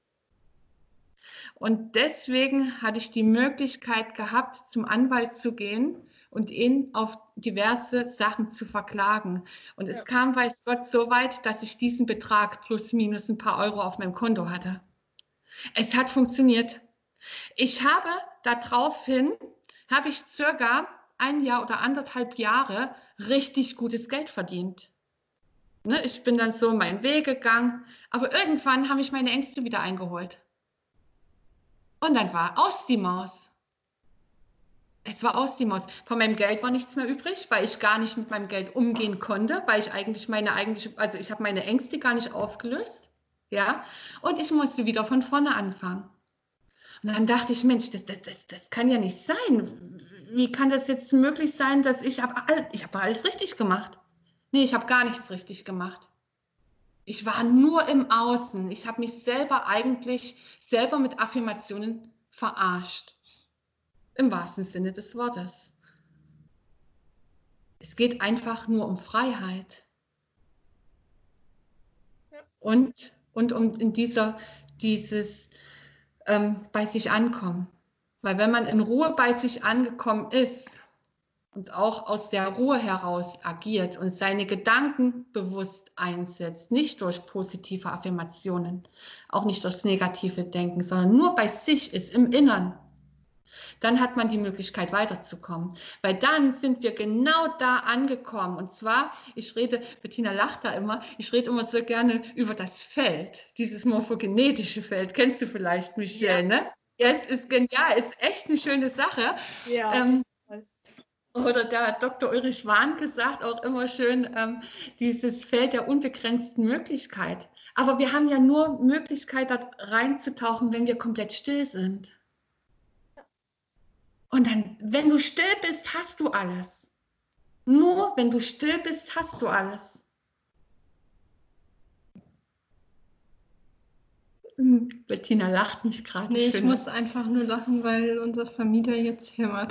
Und deswegen hatte ich die Möglichkeit gehabt, zum Anwalt zu gehen und ihn auf diverse Sachen zu verklagen. Und es kam, weiß Gott, so weit, dass ich diesen Betrag plus minus ein paar Euro auf meinem Konto hatte. Es hat funktioniert. Ich habe daraufhin, habe ich circa 1 Jahr oder 1,5 Jahre richtig gutes Geld verdient. Ne, ich bin dann so meinen Weg gegangen, aber irgendwann haben mich meine Ängste wieder eingeholt. Und dann war aus die Maus. Es war aus die Maus. Von meinem Geld war nichts mehr übrig, weil ich gar nicht mit meinem Geld umgehen konnte, weil ich eigentlich ich habe meine Ängste gar nicht aufgelöst. Ja? Und ich musste wieder von vorne anfangen. Und dann dachte ich, Mensch, das kann ja nicht sein. Wie kann das jetzt möglich sein, dass ich habe alles richtig gemacht? Nee, ich habe gar nichts richtig gemacht. Ich war nur im Außen. Ich habe mich selber mit Affirmationen verarscht. Im wahrsten Sinne des Wortes. Es geht einfach nur um Freiheit. Und um dieses bei sich ankommen. Weil wenn man in Ruhe bei sich angekommen ist und auch aus der Ruhe heraus agiert und seine Gedanken bewusst einsetzt, nicht durch positive Affirmationen, auch nicht durch negative Denken, sondern nur bei sich ist, im Innern, dann hat man die Möglichkeit weiterzukommen. Weil dann sind wir genau da angekommen. Und zwar, Bettina lacht da immer, ich rede immer so gerne über das Feld, dieses morphogenetische Feld. Kennst du vielleicht, Michelle, ne? Ja, es ist genial, ist echt eine schöne Sache. Ja. Oder der Dr. Ulrich Warnke sagt auch immer schön, dieses Feld der unbegrenzten Möglichkeit. Aber wir haben ja nur Möglichkeit, da reinzutauchen, wenn wir komplett still sind. Und dann, wenn du still bist, hast du alles. Nur wenn du still bist, hast du alles. Bettina lacht mich gerade. Nee, ich muss einfach nur lachen, weil unser Vermieter jetzt hämmert.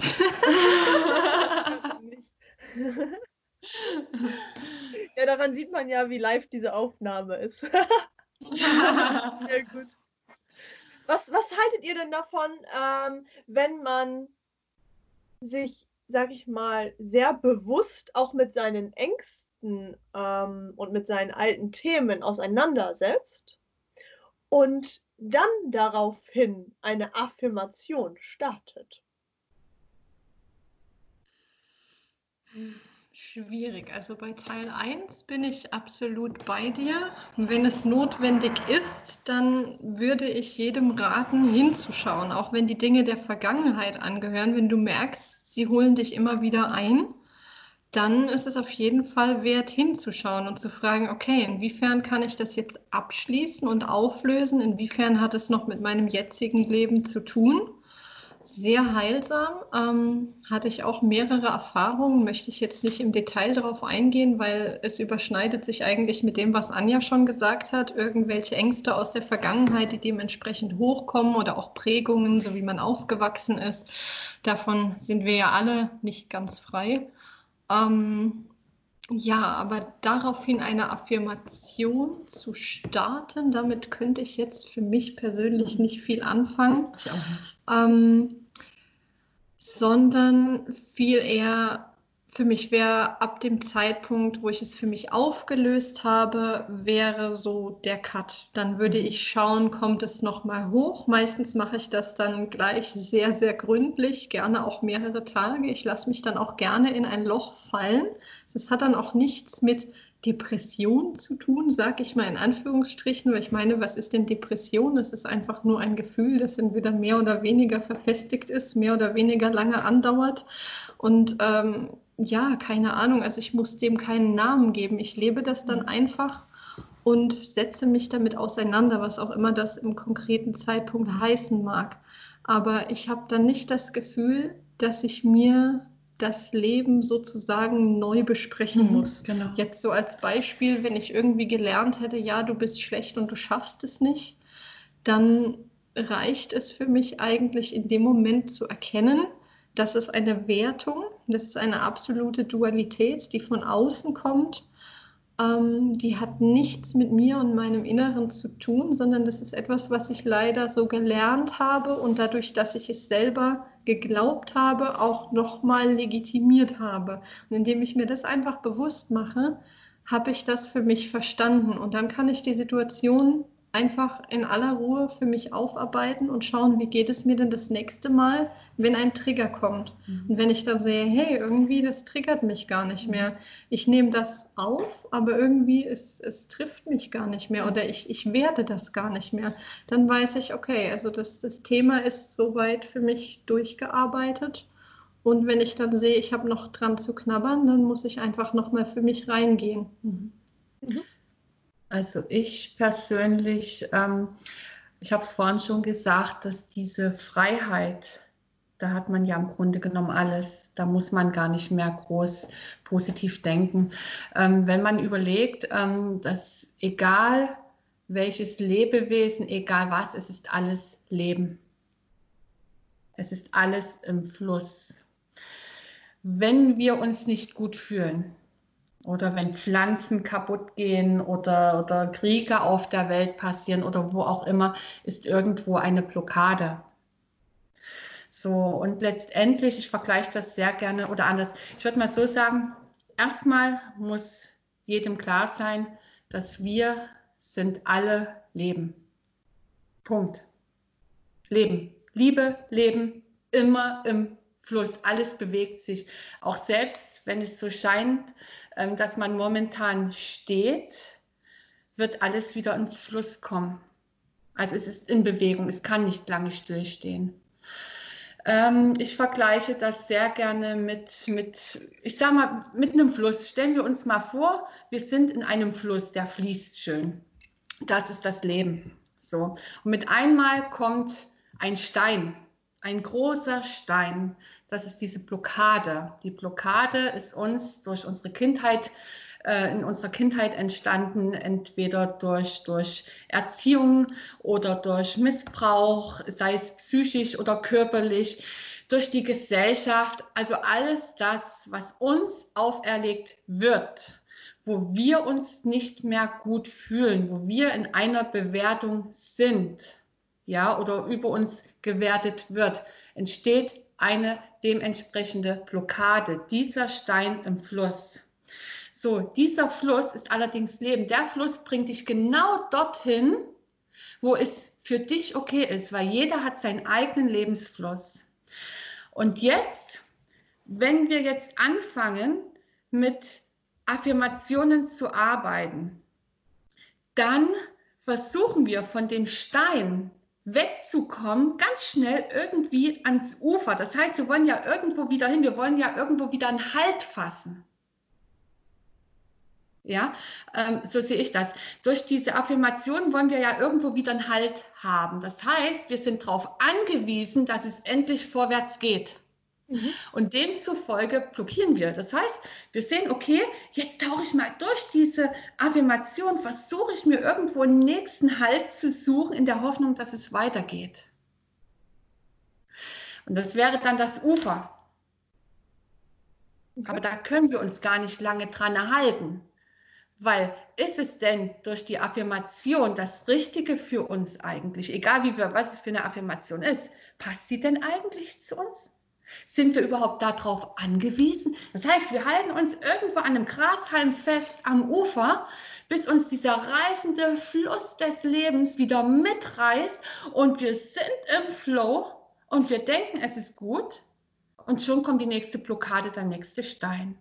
Ja, daran sieht man ja, wie live diese Aufnahme ist. Sehr gut. Was haltet ihr denn davon, wenn man sich, sag ich mal, sehr bewusst auch mit seinen Ängsten und mit seinen alten Themen auseinandersetzt und dann daraufhin eine Affirmation startet? Schwierig. Also bei Teil 1 bin ich absolut bei dir. Wenn es notwendig ist, dann würde ich jedem raten, hinzuschauen, auch wenn die Dinge der Vergangenheit angehören. Wenn du merkst, sie holen dich immer wieder ein, dann ist es auf jeden Fall wert, hinzuschauen und zu fragen, okay, inwiefern kann ich das jetzt abschließen und auflösen? Inwiefern hat es noch mit meinem jetzigen Leben zu tun? Sehr heilsam. Hatte ich auch mehrere Erfahrungen, möchte ich jetzt nicht im Detail darauf eingehen, weil es überschneidet sich eigentlich mit dem, was Anja schon gesagt hat. Irgendwelche Ängste aus der Vergangenheit, die dementsprechend hochkommen oder auch Prägungen, so wie man aufgewachsen ist. Davon sind wir ja alle nicht ganz frei. Ja, aber daraufhin eine Affirmation zu starten, damit könnte ich jetzt für mich persönlich nicht viel anfangen. Ich auch nicht. Sondern viel eher, für mich wäre ab dem Zeitpunkt, wo ich es für mich aufgelöst habe, wäre so der Cut. Dann würde ich schauen, kommt es nochmal hoch. Meistens mache ich das dann gleich sehr, sehr gründlich, gerne auch mehrere Tage. Ich lasse mich dann auch gerne in ein Loch fallen. Das hat dann auch nichts mit Depression zu tun, sage ich mal in Anführungsstrichen, weil ich meine, was ist denn Depression? Es ist einfach nur ein Gefühl, das entweder mehr oder weniger verfestigt ist, mehr oder weniger lange andauert und ja, keine Ahnung, also ich muss dem keinen Namen geben. Ich lebe das dann einfach und setze mich damit auseinander, was auch immer das im konkreten Zeitpunkt heißen mag. Aber ich habe dann nicht das Gefühl, dass ich mir das Leben sozusagen neu besprechen muss. Genau. Jetzt so als Beispiel, wenn ich irgendwie gelernt hätte, ja, du bist schlecht und du schaffst es nicht, dann reicht es für mich eigentlich in dem Moment zu erkennen, das ist eine Wertung, das ist eine absolute Dualität, die von außen kommt. Die hat nichts mit mir und meinem Inneren zu tun, sondern das ist etwas, was ich leider so gelernt habe und dadurch, dass ich es selber geglaubt habe, auch nochmal legitimiert habe. Und indem ich mir das einfach bewusst mache, habe ich das für mich verstanden. Und dann kann ich die Situation einfach in aller Ruhe für mich aufarbeiten und schauen, wie geht es mir denn das nächste Mal, wenn ein Trigger kommt. Und wenn ich dann sehe, hey, irgendwie, das triggert mich gar nicht mehr. Ich nehme das auf, aber irgendwie, es trifft mich gar nicht mehr oder ich werte das gar nicht mehr. Dann weiß ich, okay, also das Thema ist soweit für mich durchgearbeitet. Und wenn ich dann sehe, ich habe noch dran zu knabbern, dann muss ich einfach nochmal für mich reingehen. Also ich persönlich, ich habe es vorhin schon gesagt, dass diese Freiheit, da hat man ja im Grunde genommen alles, da muss man gar nicht mehr groß positiv denken. Wenn man überlegt, dass egal welches Lebewesen, egal was, es ist alles Leben. Es ist alles im Fluss. Wenn wir uns nicht gut fühlen, oder wenn Pflanzen kaputt gehen oder Kriege auf der Welt passieren oder wo auch immer, ist irgendwo eine Blockade. So, und letztendlich, ich vergleiche das sehr gerne oder anders. Ich würde mal so sagen, erstmal muss jedem klar sein, dass wir sind alle Leben. Punkt. Leben. Liebe, Leben, immer im Fluss. Alles bewegt sich. Auch selbst wenn es so scheint, dass man momentan steht, wird alles wieder in Fluss kommen. Also es ist in Bewegung, es kann nicht lange stillstehen. Ich vergleiche das sehr gerne mit, ich sag mal, mit einem Fluss. Stellen wir uns mal vor, wir sind in einem Fluss, der fließt schön. Das ist das Leben. So. Und mit einmal kommt ein Stein. Ein großer Stein, das ist diese Blockade. Die Blockade ist uns durch unsere Kindheit, in unserer Kindheit entstanden, entweder durch Erziehung oder durch Missbrauch, sei es psychisch oder körperlich, durch die Gesellschaft. Also alles das, was uns auferlegt wird, wo wir uns nicht mehr gut fühlen, wo wir in einer Bewertung sind, ja, oder über uns gewertet wird, entsteht eine dementsprechende Blockade, dieser Stein im Fluss. So, dieser Fluss ist allerdings Leben. Der Fluss bringt dich genau dorthin, wo es für dich okay ist, weil jeder hat seinen eigenen Lebensfluss. Und jetzt, wenn wir jetzt anfangen, mit Affirmationen zu arbeiten, dann versuchen wir von dem Stein wegzukommen, ganz schnell irgendwie ans Ufer. Das heißt, wir wollen ja irgendwo wieder hin, wir wollen ja irgendwo wieder einen Halt fassen. Ja, so sehe ich das. Durch diese Affirmation wollen wir ja irgendwo wieder einen Halt haben. Das heißt, wir sind darauf angewiesen, dass es endlich vorwärts geht. Und demzufolge blockieren wir. Das heißt, wir sehen, okay, jetzt tauche ich mal durch diese Affirmation, versuche ich mir irgendwo einen nächsten Halt zu suchen, in der Hoffnung, dass es weitergeht. Und das wäre dann das Ufer. Aber da können wir uns gar nicht lange dran erhalten. Weil ist es denn durch die Affirmation das Richtige für uns eigentlich, egal was es für eine Affirmation ist, passt sie denn eigentlich zu uns? Sind wir überhaupt darauf angewiesen? Das heißt, wir halten uns irgendwo an einem Grashalm fest am Ufer, bis uns dieser reißende Fluss des Lebens wieder mitreißt und wir sind im Flow und wir denken, es ist gut und schon kommt die nächste Blockade, der nächste Stein.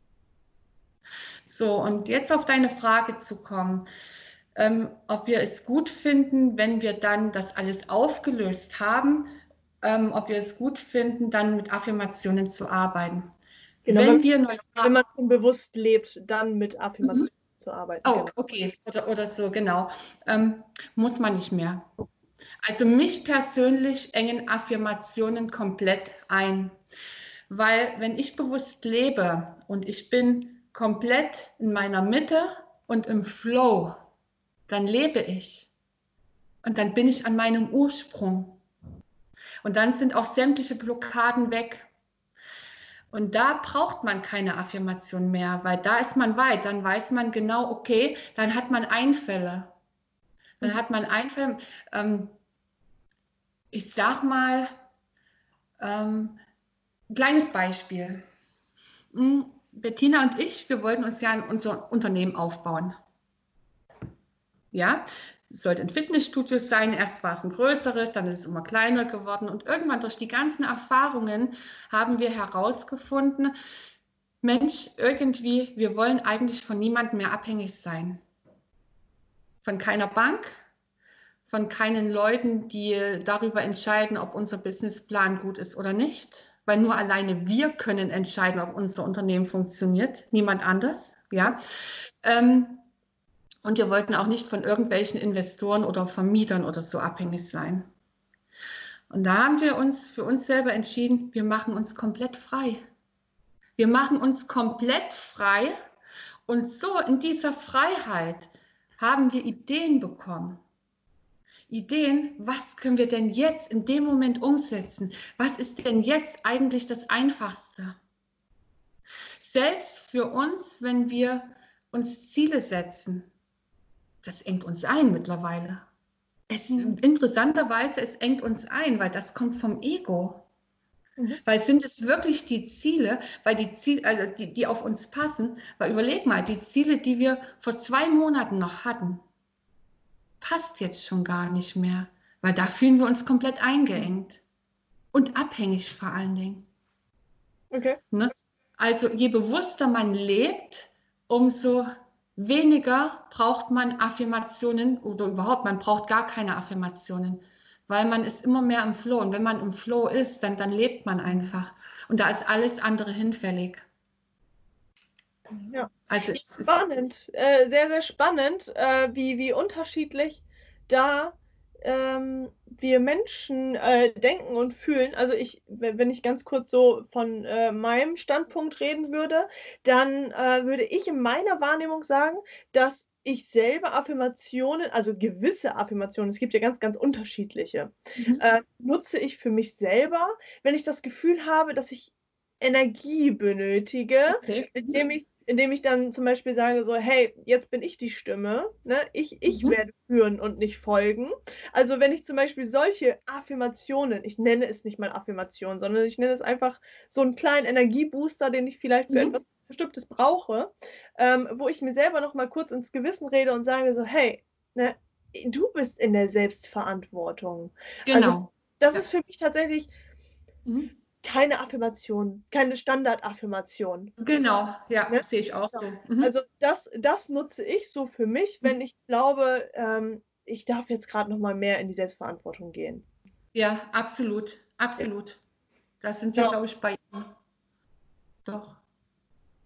So, und jetzt auf deine Frage zu kommen, ob wir es gut finden, wenn wir dann das alles aufgelöst haben, ob wir es gut finden, dann mit Affirmationen zu arbeiten. Genau, wenn man schon bewusst lebt, dann mit Affirmationen zu arbeiten. Oh, okay, oder so, genau. Muss man nicht mehr. Also mich persönlich engen Affirmationen komplett ein, weil wenn ich bewusst lebe und ich bin komplett in meiner Mitte und im Flow, dann lebe ich und dann bin ich an meinem Ursprung und dann sind auch sämtliche Blockaden weg und da braucht man keine Affirmation mehr, weil da ist man weit, dann weiß man genau, okay, dann hat man Einfälle, ich sag mal, kleines Beispiel. Bettina und ich, wir wollten uns ja unser Unternehmen aufbauen. Ja, es sollte ein Fitnessstudio sein. Erst war es ein größeres, dann ist es immer kleiner geworden. Und irgendwann durch die ganzen Erfahrungen haben wir herausgefunden, Mensch, irgendwie, wir wollen eigentlich von niemandem mehr abhängig sein. Von keiner Bank, von keinen Leuten, die darüber entscheiden, ob unser Businessplan gut ist oder nicht. Weil nur alleine wir können entscheiden, ob unser Unternehmen funktioniert, niemand anders. Ja? Und wir wollten auch nicht von irgendwelchen Investoren oder Vermietern oder so abhängig sein. Und da haben wir uns für uns selber entschieden, wir machen uns komplett frei. Wir machen uns komplett frei und so in dieser Freiheit haben wir Ideen bekommen. Ideen, was können wir denn jetzt in dem Moment umsetzen? Was ist denn jetzt eigentlich das Einfachste? Selbst für uns, wenn wir uns Ziele setzen, das engt uns ein mittlerweile. Interessanterweise, es engt uns ein, weil das kommt vom Ego. Weil sind es wirklich die Ziele, weil die auf uns passen? Weil überleg mal, die Ziele, die wir vor 2 Monaten noch hatten, passt jetzt schon gar nicht mehr, weil da fühlen wir uns komplett eingeengt und abhängig vor allen Dingen. Okay. Ne? Also je bewusster man lebt, umso weniger braucht man Affirmationen oder überhaupt, man braucht gar keine Affirmationen, weil man ist immer mehr im Flow und wenn man im Flow ist, dann lebt man einfach und da ist alles andere hinfällig. Ja, also spannend, sehr, sehr spannend, wie unterschiedlich da wir Menschen denken und fühlen. Also wenn ich ganz kurz so von meinem Standpunkt reden würde, dann würde ich in meiner Wahrnehmung sagen, dass ich selber Affirmationen, also gewisse Affirmationen, es gibt ja ganz, ganz unterschiedliche, nutze ich für mich selber, wenn ich das Gefühl habe, dass ich Energie benötige, indem ich dann zum Beispiel sage so, hey, jetzt bin ich die Stimme, ne? Ich werde führen und nicht folgen. Also wenn ich zum Beispiel solche Affirmationen, ich nenne es nicht mal Affirmation, sondern ich nenne es einfach so einen kleinen Energiebooster, den ich vielleicht für etwas Bestimmtes brauche, wo ich mir selber noch mal kurz ins Gewissen rede und sage so, hey, ne, du bist in der Selbstverantwortung. Genau. Also das ist für mich tatsächlich keine Affirmation, keine Standardaffirmation. Genau, ja, ne? Sehe ich auch so. Also das nutze ich so für mich, wenn ich glaube, ich darf jetzt gerade noch mal mehr in die Selbstverantwortung gehen. Ja, absolut, absolut. Ja. Da sind wir, glaube ich, bei Ihnen. Doch.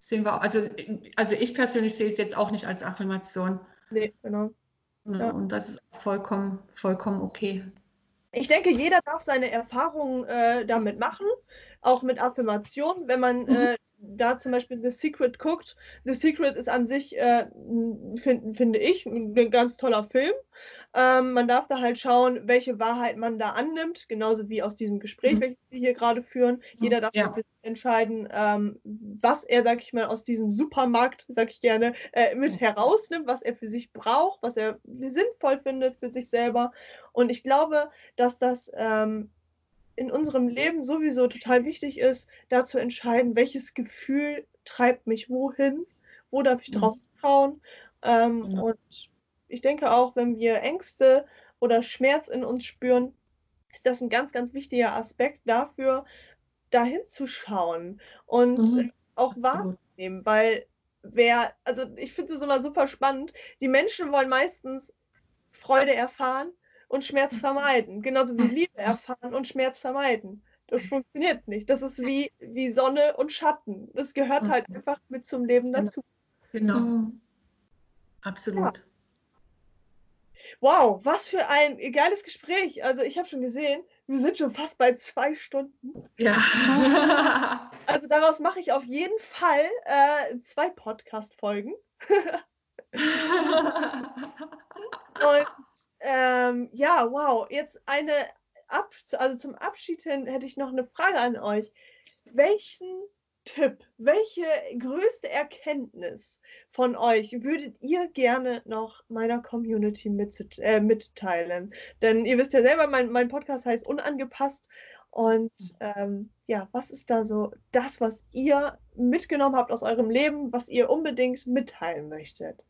Sehen wir, also ich persönlich sehe es jetzt auch nicht als Affirmation. Nee, genau. Ne? Ja. Und das ist vollkommen, vollkommen okay. Ich denke, jeder darf seine Erfahrungen damit machen, auch mit Affirmationen. Wenn man da zum Beispiel The Secret guckt, The Secret ist an sich, finde ich, ein ganz toller Film. Man darf da halt schauen, welche Wahrheit man da annimmt, genauso wie aus diesem Gespräch, welches wir hier gerade führen. Jeder darf für sich entscheiden, was er, sag ich mal, aus diesem Supermarkt, sag ich gerne, mit herausnimmt, was er für sich braucht, was er sinnvoll findet für sich selber. Und ich glaube, dass das in unserem Leben sowieso total wichtig ist, da zu entscheiden, welches Gefühl treibt mich wohin, wo darf ich drauf schauen. Und ich denke auch, wenn wir Ängste oder Schmerz in uns spüren, ist das ein ganz, ganz wichtiger Aspekt dafür, dahin zu schauen und auch wahrzunehmen, weil also ich finde es immer super spannend, die Menschen wollen meistens Freude erfahren und Schmerz vermeiden, genauso wie Liebe erfahren und Schmerz vermeiden. Das funktioniert nicht. Das ist wie Sonne und Schatten. Das gehört halt einfach mit zum Leben dazu. Genau. Absolut. Ja. Wow, was für ein geiles Gespräch. Also ich habe schon gesehen, wir sind schon fast bei 2 Stunden. Ja. Also daraus mache ich auf jeden Fall 2 Podcast-Folgen. Und ja, wow. Jetzt also zum Abschied hin hätte ich noch eine Frage an euch. Welchen Tipp, welche größte Erkenntnis von euch würdet ihr gerne noch meiner Community mitteilen? Denn ihr wisst ja selber, mein Podcast heißt Unangepasst. Und ja, was ist da so das, was ihr mitgenommen habt aus eurem Leben, was ihr unbedingt mitteilen möchtet?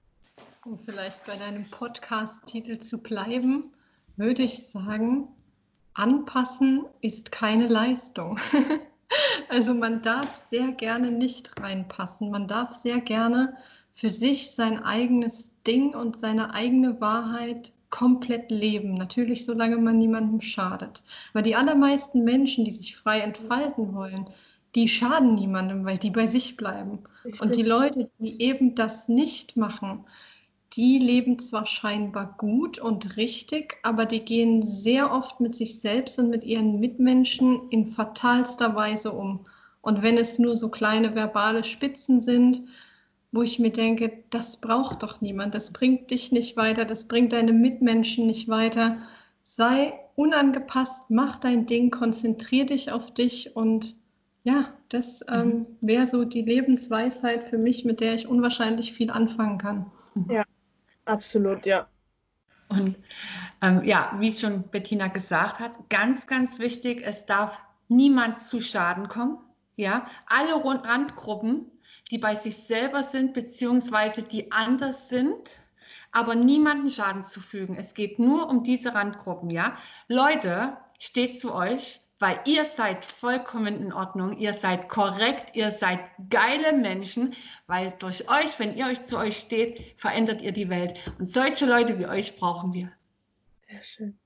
Um vielleicht bei deinem Podcast-Titel zu bleiben, würde ich sagen, anpassen ist keine Leistung. Also man darf sehr gerne nicht reinpassen. Man darf sehr gerne für sich sein eigenes Ding und seine eigene Wahrheit komplett leben. Natürlich, solange man niemandem schadet. Weil die allermeisten Menschen, die sich frei entfalten wollen, die schaden niemandem, weil die bei sich bleiben. Richtig. Und die Leute, die eben das nicht machen, die leben zwar scheinbar gut und richtig, aber die gehen sehr oft mit sich selbst und mit ihren Mitmenschen in fatalster Weise um. Und wenn es nur so kleine verbale Spitzen sind, wo ich mir denke, das braucht doch niemand, das bringt dich nicht weiter, das bringt deine Mitmenschen nicht weiter. Sei unangepasst, mach dein Ding, konzentrier dich auf dich und ja, das wäre so die Lebensweisheit für mich, mit der ich unwahrscheinlich viel anfangen kann. Ja. Absolut, ja. Und ja, wie schon Bettina gesagt hat, ganz, ganz wichtig, es darf niemand zu Schaden kommen. Ja, alle Randgruppen, die bei sich selber sind, beziehungsweise die anders sind, aber niemanden Schaden zufügen. Es geht nur um diese Randgruppen. Ja, Leute, steht zu euch, weil ihr seid vollkommen in Ordnung, ihr seid korrekt, ihr seid geile Menschen, weil durch euch, wenn ihr euch zu euch steht, verändert ihr die Welt. Und solche Leute wie euch brauchen wir. Sehr schön.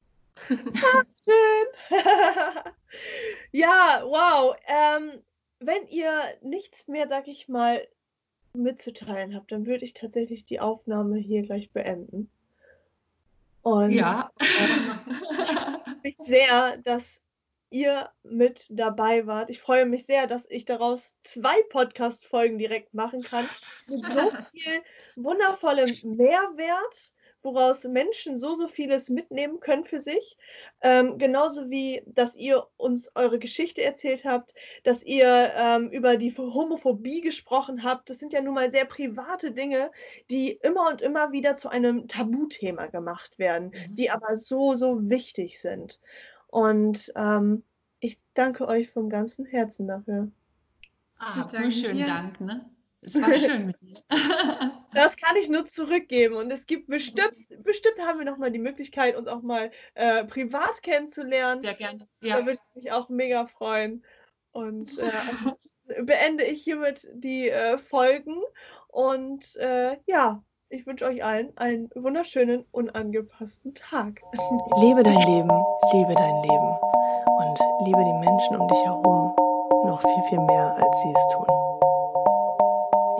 Schön. Ja, wow. Wenn ihr nichts mehr, sag ich mal, mitzuteilen habt, dann würde ich tatsächlich die Aufnahme hier gleich beenden. Und ja. Ich freue mich sehr, dass ihr mit dabei wart. Ich freue mich sehr, dass ich daraus 2 Podcast-Folgen direkt machen kann. Mit so viel wundervollem Mehrwert, woraus Menschen so vieles mitnehmen können für sich. Genauso wie, dass ihr uns eure Geschichte erzählt habt, dass ihr über die Homophobie gesprochen habt. Das sind ja nun mal sehr private Dinge, die immer und immer wieder zu einem Tabuthema gemacht werden, die aber so wichtig sind. Und ich danke euch vom ganzen Herzen dafür. Du schönen Dank, ne? Es war schön mit dir. Das kann ich nur zurückgeben. Und es gibt bestimmt haben wir nochmal die Möglichkeit, uns auch mal privat kennenzulernen. Sehr gerne. Ja. Da würde ich mich auch mega freuen. Und beende ich hiermit die Folgen. Und ja, ich wünsche euch allen einen wunderschönen, unangepassten Tag. Lebe dein Leben, liebe dein Leben. Und liebe die Menschen um dich herum noch viel mehr, als sie es tun.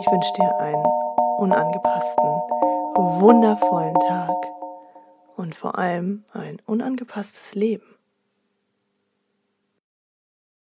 Ich wünsche dir einen unangepassten, wundervollen Tag und vor allem ein unangepasstes Leben.